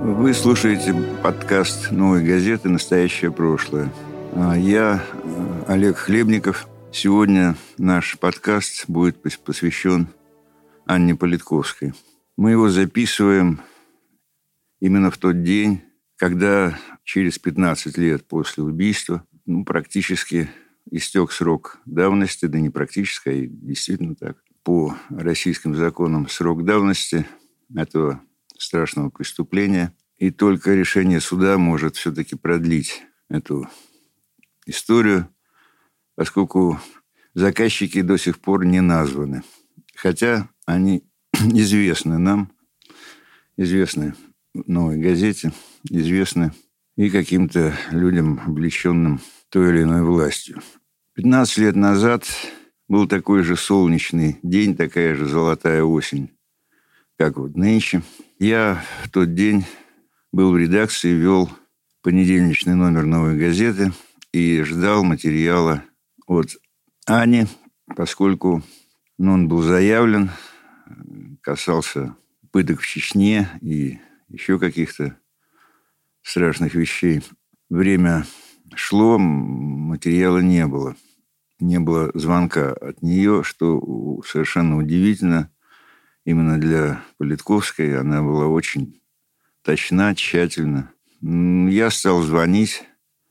Вы слушаете подкаст «Новой газеты. Настоящее прошлое». Я Олег Хлебников. Сегодня наш подкаст будет посвящен Анне Политковской. Мы его записываем именно в тот день, когда через 15 лет после убийства практически истек срок давности, да не практически, а действительно так. По российским законам срок давности этого страшного преступления. И только решение суда может все-таки продлить эту историю, поскольку заказчики до сих пор не названы. Хотя они известны нам, известны «Новой газете», известны и каким-то людям, облеченным той или иной властью. 15 лет назад был такой же солнечный день, такая же золотая осень, как вот нынче. Я в тот день был в редакции, вел понедельничный номер «Новой газеты» и ждал материала от Ани, поскольку он был заявлен, касался пыток в Чечне и еще каких-то страшных вещей. Время шло, материала не было. Не было звонка от нее, что совершенно удивительно. Именно для Политковской она была очень точна, тщательна. Я стал звонить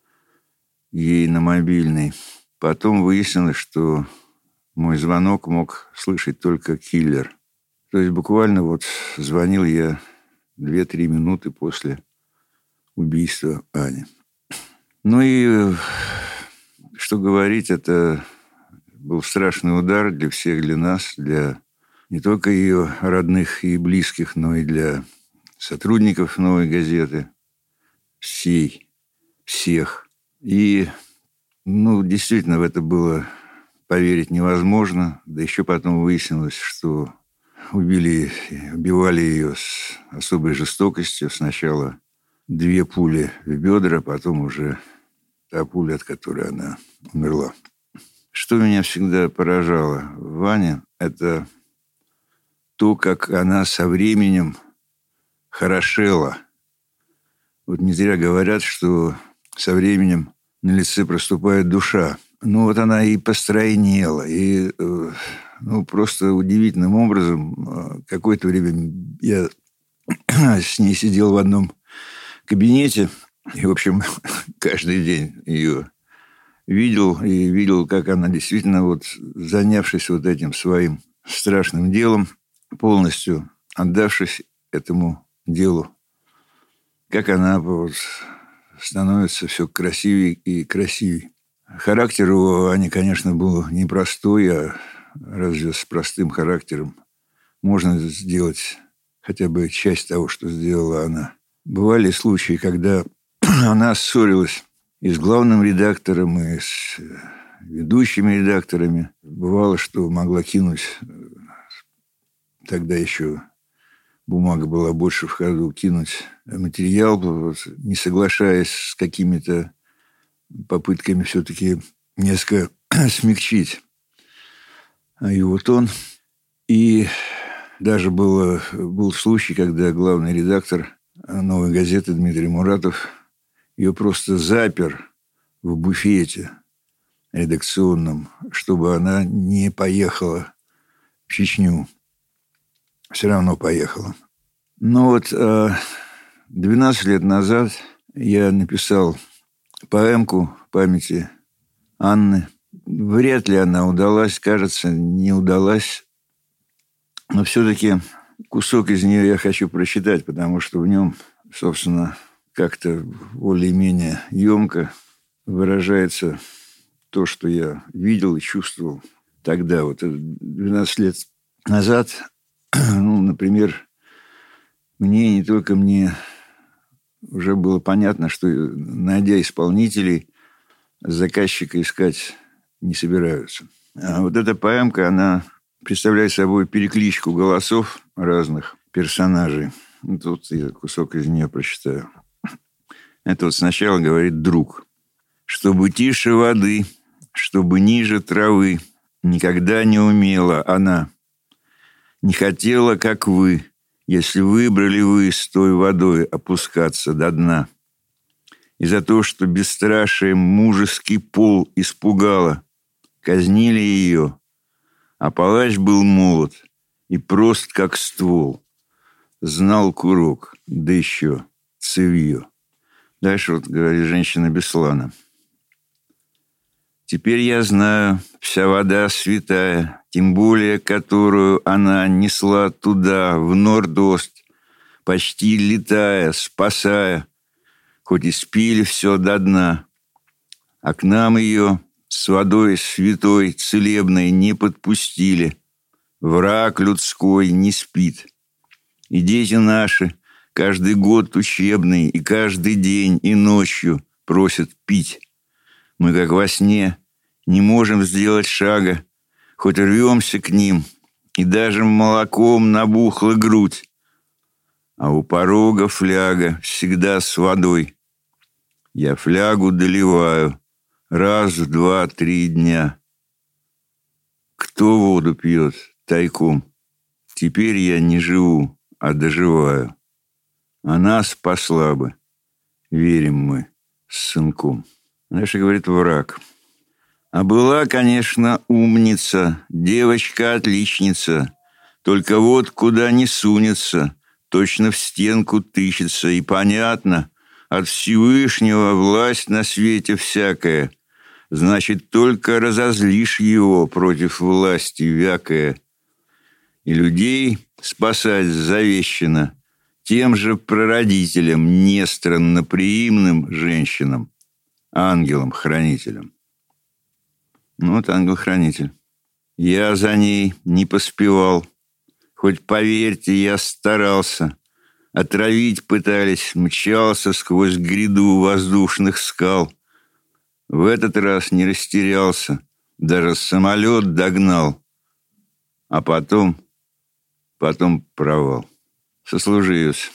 ей на мобильный. Потом выяснилось, что мой звонок мог слышать только киллер. То есть буквально звонил я 2-3 минуты после убийства Ани. И что говорить, это был страшный удар для всех, для нас, для не только ее родных и близких, но и для сотрудников «Новой газеты», всех. И, действительно, в это было поверить невозможно. Да еще потом выяснилось, что убивали ее с особой жестокостью. Сначала 2 пули в бедра, потом уже та пуля, от которой она умерла. Что меня всегда поражало в Ане, это то, как она со временем хорошела. Не зря говорят, что со временем на лице проступает душа. Она и постройнела, и просто удивительным образом. Какое-то время я с ней сидел в одном кабинете, и, в общем, каждый день ее видел, как она действительно, занявшись этим своим страшным делом, полностью отдавшись этому делу, как она становится все красивее и красивее. Характер у Ани, конечно, был непростой, а разве с простым характером можно сделать хотя бы часть того, что сделала она? Бывали случаи, когда она ссорилась и с главным редактором, и с ведущими редакторами. Бывало, что могла кинуть. Тогда еще бумага была больше в ходу, кинуть материал, не соглашаясь с какими-то попытками все-таки несколько смягчить его тон. И даже был случай, когда главный редактор «Новой газеты» Дмитрий Муратов ее просто запер в буфете редакционном, чтобы она не поехала в Чечню. Все равно поехала. 12 лет назад я написал поэмку памяти Анны. Вряд ли она удалась, кажется, не удалась. Но все-таки кусок из нее я хочу прочитать, потому что в нем, собственно, как-то более-менее емко выражается то, что я видел и чувствовал тогда. 12 лет назад, например, не только мне уже было понятно, что, найдя исполнителей, заказчика искать не собираются. А эта поэмка, она представляет собой перекличку голосов разных персонажей. Тут я кусок из нее прочитаю. Это сначала говорит друг. «Чтобы тише воды, чтобы ниже травы, никогда не умела она. Не хотела, как вы, если выбрали вы с той водой опускаться до дна. И за то, что бесстрашие мужеский пол испугало, казнили ее, а палач был молод и прост, как ствол. Знал курок, да еще цевье. Дальше вот говорит женщина Беслана. Теперь я знаю, вся вода святая, тем более, которую она несла туда, в Норд-Ост, почти летая, спасая, хоть и спили все до дна, а к нам ее с водой святой, целебной не подпустили. Враг людской не спит. И дети наши каждый год учебный, и каждый день, и ночью просят пить. Мы, как во сне, не можем сделать шага, хоть рвемся к ним, и даже молоком набухла грудь. А у порога фляга всегда с водой. Я флягу доливаю раз в 2-3 дня. Кто воду пьет тайком? Теперь я не живу, а доживаю. Она спасла бы, верим мы с сынком. Дальше говорит враг. А была, конечно, умница, девочка-отличница, только вот куда не сунется, точно в стенку тычется, и понятно, от Всевышнего власть на свете всякая, значит, только разозлишь его против власти вякая. И людей спасать завещено тем же прародителям, нестранноприимным женщинам, ангелам-хранителям. Ну, вот ангел-хранитель. Я за ней не поспевал. Хоть, поверьте, я старался. Отравить пытались, мчался сквозь гряду воздушных скал. В этот раз не растерялся, даже самолет догнал. А потом провал. Сослуживец.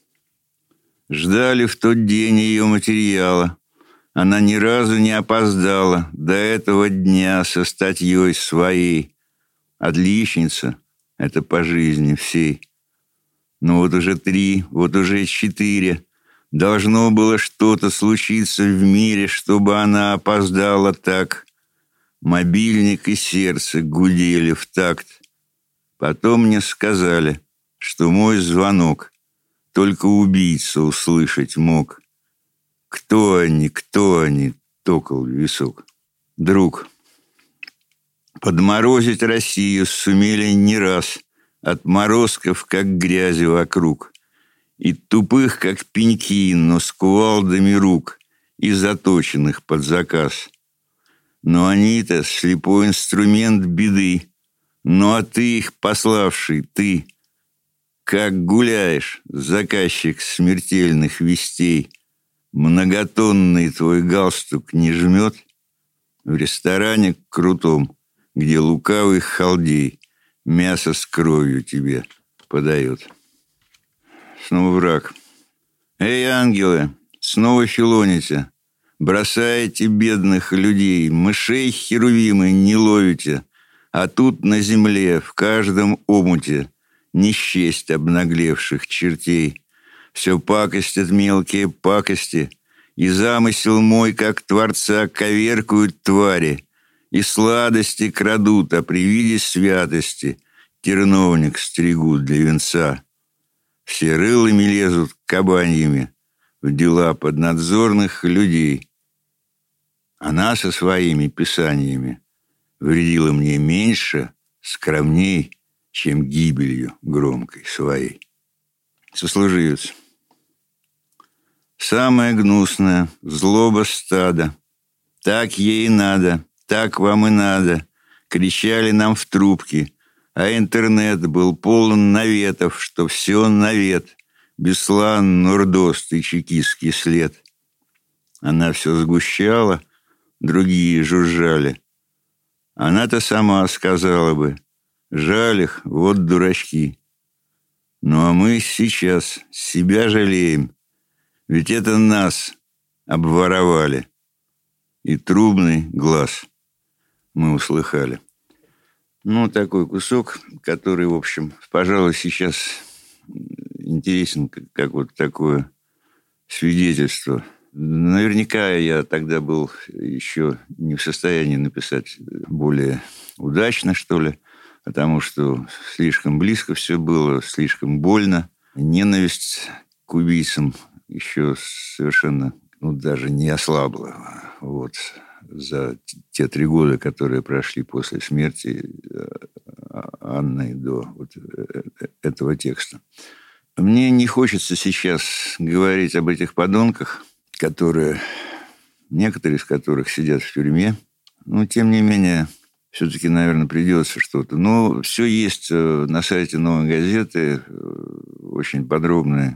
Ждали в тот день ее материала. Она ни разу не опоздала до этого дня со статьей своей. Отличница — это по жизни всей. Но вот уже 3, вот уже 4. Должно было что-то случиться в мире, чтобы она опоздала так. Мобильник и сердце гудели в такт. Потом мне сказали, что мой звонок только убийца услышать мог. Кто они, токал висок. Друг, подморозить Россию сумели не раз, отморозков, как грязи вокруг, и тупых, как пеньки, но с кувалдами рук, и заточенных под заказ. Но они-то слепой инструмент беды, ну а ты их пославший, ты, как гуляешь, заказчик смертельных вестей, многотонный твой галстук не жмет? В ресторане крутом, где лукавый халдей мясо с кровью тебе подает. Снова враг. Эй, ангелы, снова филоните, бросаете бедных людей, мышей херувимы не ловите, а тут на земле в каждом омуте не счесть обнаглевших чертей. Все пакостят мелкие пакости, и замысел мой, как Творца, коверкуют твари, и сладости крадут, а при виде святости терновник стригут для венца. Все рылами лезут кабаньями в дела поднадзорных людей. Она со своими писаниями вредила мне меньше, скромней, чем гибелью громкой своей. Сослуживец. Самое гнусное — злоба стада. Так ей и надо, так вам и надо, кричали нам в трубке, а интернет был полон наветов, что все навет, Беслан, Норд-Ост и чекистский след. Она все сгущала, другие жужжали. Она-то сама сказала бы: жаль их, вот дурачки. Ну а мы сейчас себя жалеем, ведь это нас обворовали. И трубный глаз мы услыхали. Ну, такой кусок, который, в общем, пожалуй, сейчас интересен как вот такое свидетельство. Наверняка я тогда был еще не в состоянии написать более удачно, что ли, потому что слишком близко все было, слишком больно. Ненависть к убийцам еще совершенно, даже не ослабла. Вот за те 3 года, которые прошли после смерти Анны до вот этого текста. Мне не хочется сейчас говорить об этих подонках, некоторые из которых сидят в тюрьме. Но, тем не менее, все-таки, наверное, придется что-то. Но все есть на сайте «Новой газеты». Очень подробный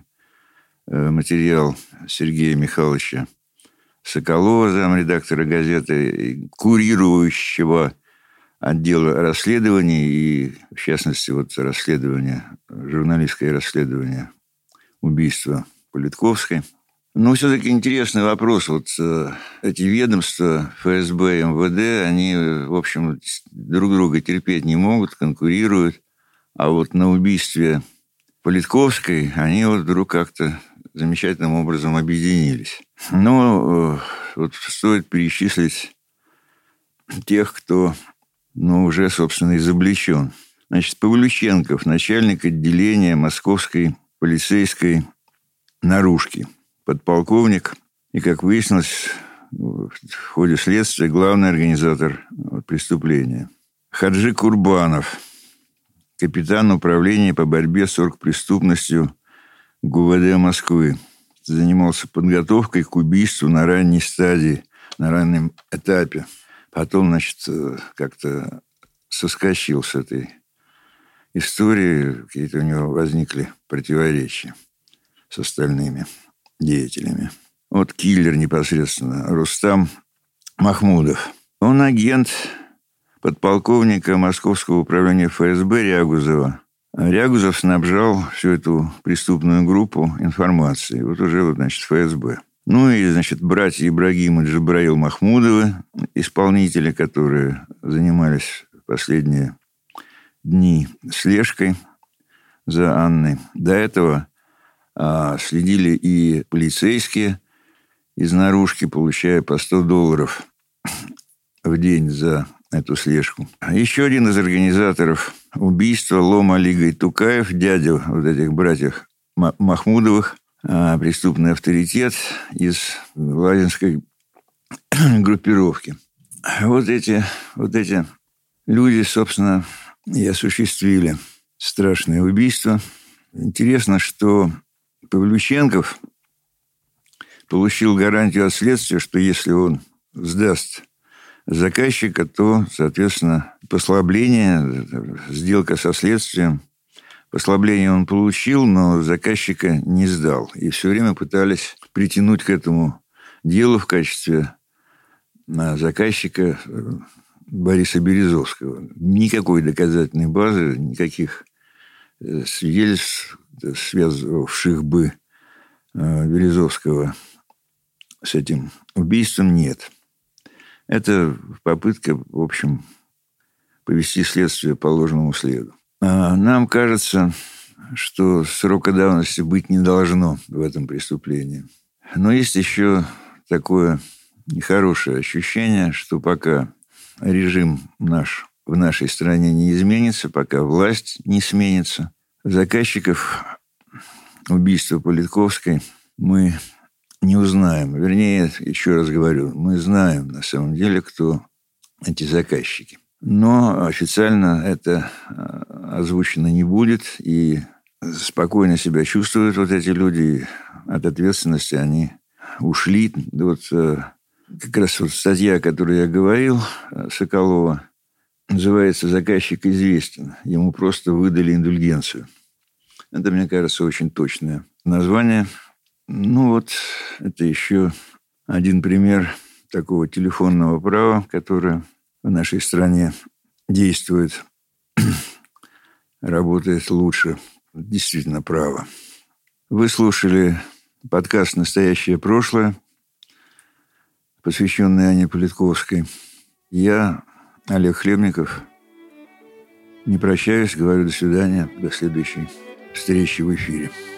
материал Сергея Михайловича Соколова, замредактора газеты, курирующего отдела расследований и, в частности, журналистское расследование убийства Политковской. Но все-таки интересный вопрос. Вот эти ведомства, ФСБ и МВД, они, в общем, друг друга терпеть не могут, конкурируют. А вот на убийстве Политковской они вот вдруг как-то замечательным образом объединились. Но вот стоит перечислить тех, кто, уже, собственно, изобличен. Значит, Павлюченков, начальник отделения Московской полицейской наружки, подполковник и, как выяснилось, в ходе следствия главный организатор преступления. Хаджи Курбанов, капитан управления по борьбе с оргпреступностью ГУВД Москвы. Занимался подготовкой к убийству на ранней стадии, на раннем этапе. Потом, значит, как-то соскочил с этой истории. Какие-то у него возникли противоречия с остальными деятелями. Вот киллер непосредственно, Рустам Махмудов. Он агент подполковника Московского управления ФСБ Рягузова. Рягузов снабжал всю эту преступную группу информацией. Вот уже, значит, ФСБ. И, значит, братья Ибрагим и Джабраил Махмудовы, исполнители, которые занимались в последние дни слежкой за Анной. До этого следили и полицейские из наружки, получая по $100 в день за эту слежку. Еще один из организаторов убийства Лома Али Гайтукаев, дядя вот этих братьев Махмудовых, преступный авторитет из Лазинской группировки. Вот эти люди, собственно, и осуществили страшное убийство. Интересно, что Павлюченков получил гарантию от следствия, что если он сдаст заказчика, то, соответственно, послабление, сделка со следствием, послабление он получил, но заказчика не сдал. И все время пытались притянуть к этому делу в качестве заказчика Бориса Березовского. Никакой доказательной базы, никаких свидетельств, связывавших бы Березовского с этим убийством, нет. Это попытка, в общем, повести следствие по ложному следу. Нам кажется, что срока давности быть не должно в этом преступлении. Но есть еще такое нехорошее ощущение, что пока режим наш в нашей стране не изменится, пока власть не сменится, заказчиков убийства Политковской мы не узнаем. Вернее, еще раз говорю, мы знаем на самом деле, кто эти заказчики. Но официально это озвучено не будет, и спокойно себя чувствуют вот эти люди. От ответственности они ушли. Вот как раз вот статья, о которой я говорил, Соколова, называется «Заказчик известен». Ему просто выдали индульгенцию. Это, мне кажется, очень точное название. Это еще один пример такого телефонного права, которое в нашей стране действует, работает лучше. Действительно право. Вы слушали подкаст «Настоящее прошлое», посвященный Анне Политковской. Я, Олег Хлебников, не прощаюсь, говорю до свидания, до следующей встречи в эфире.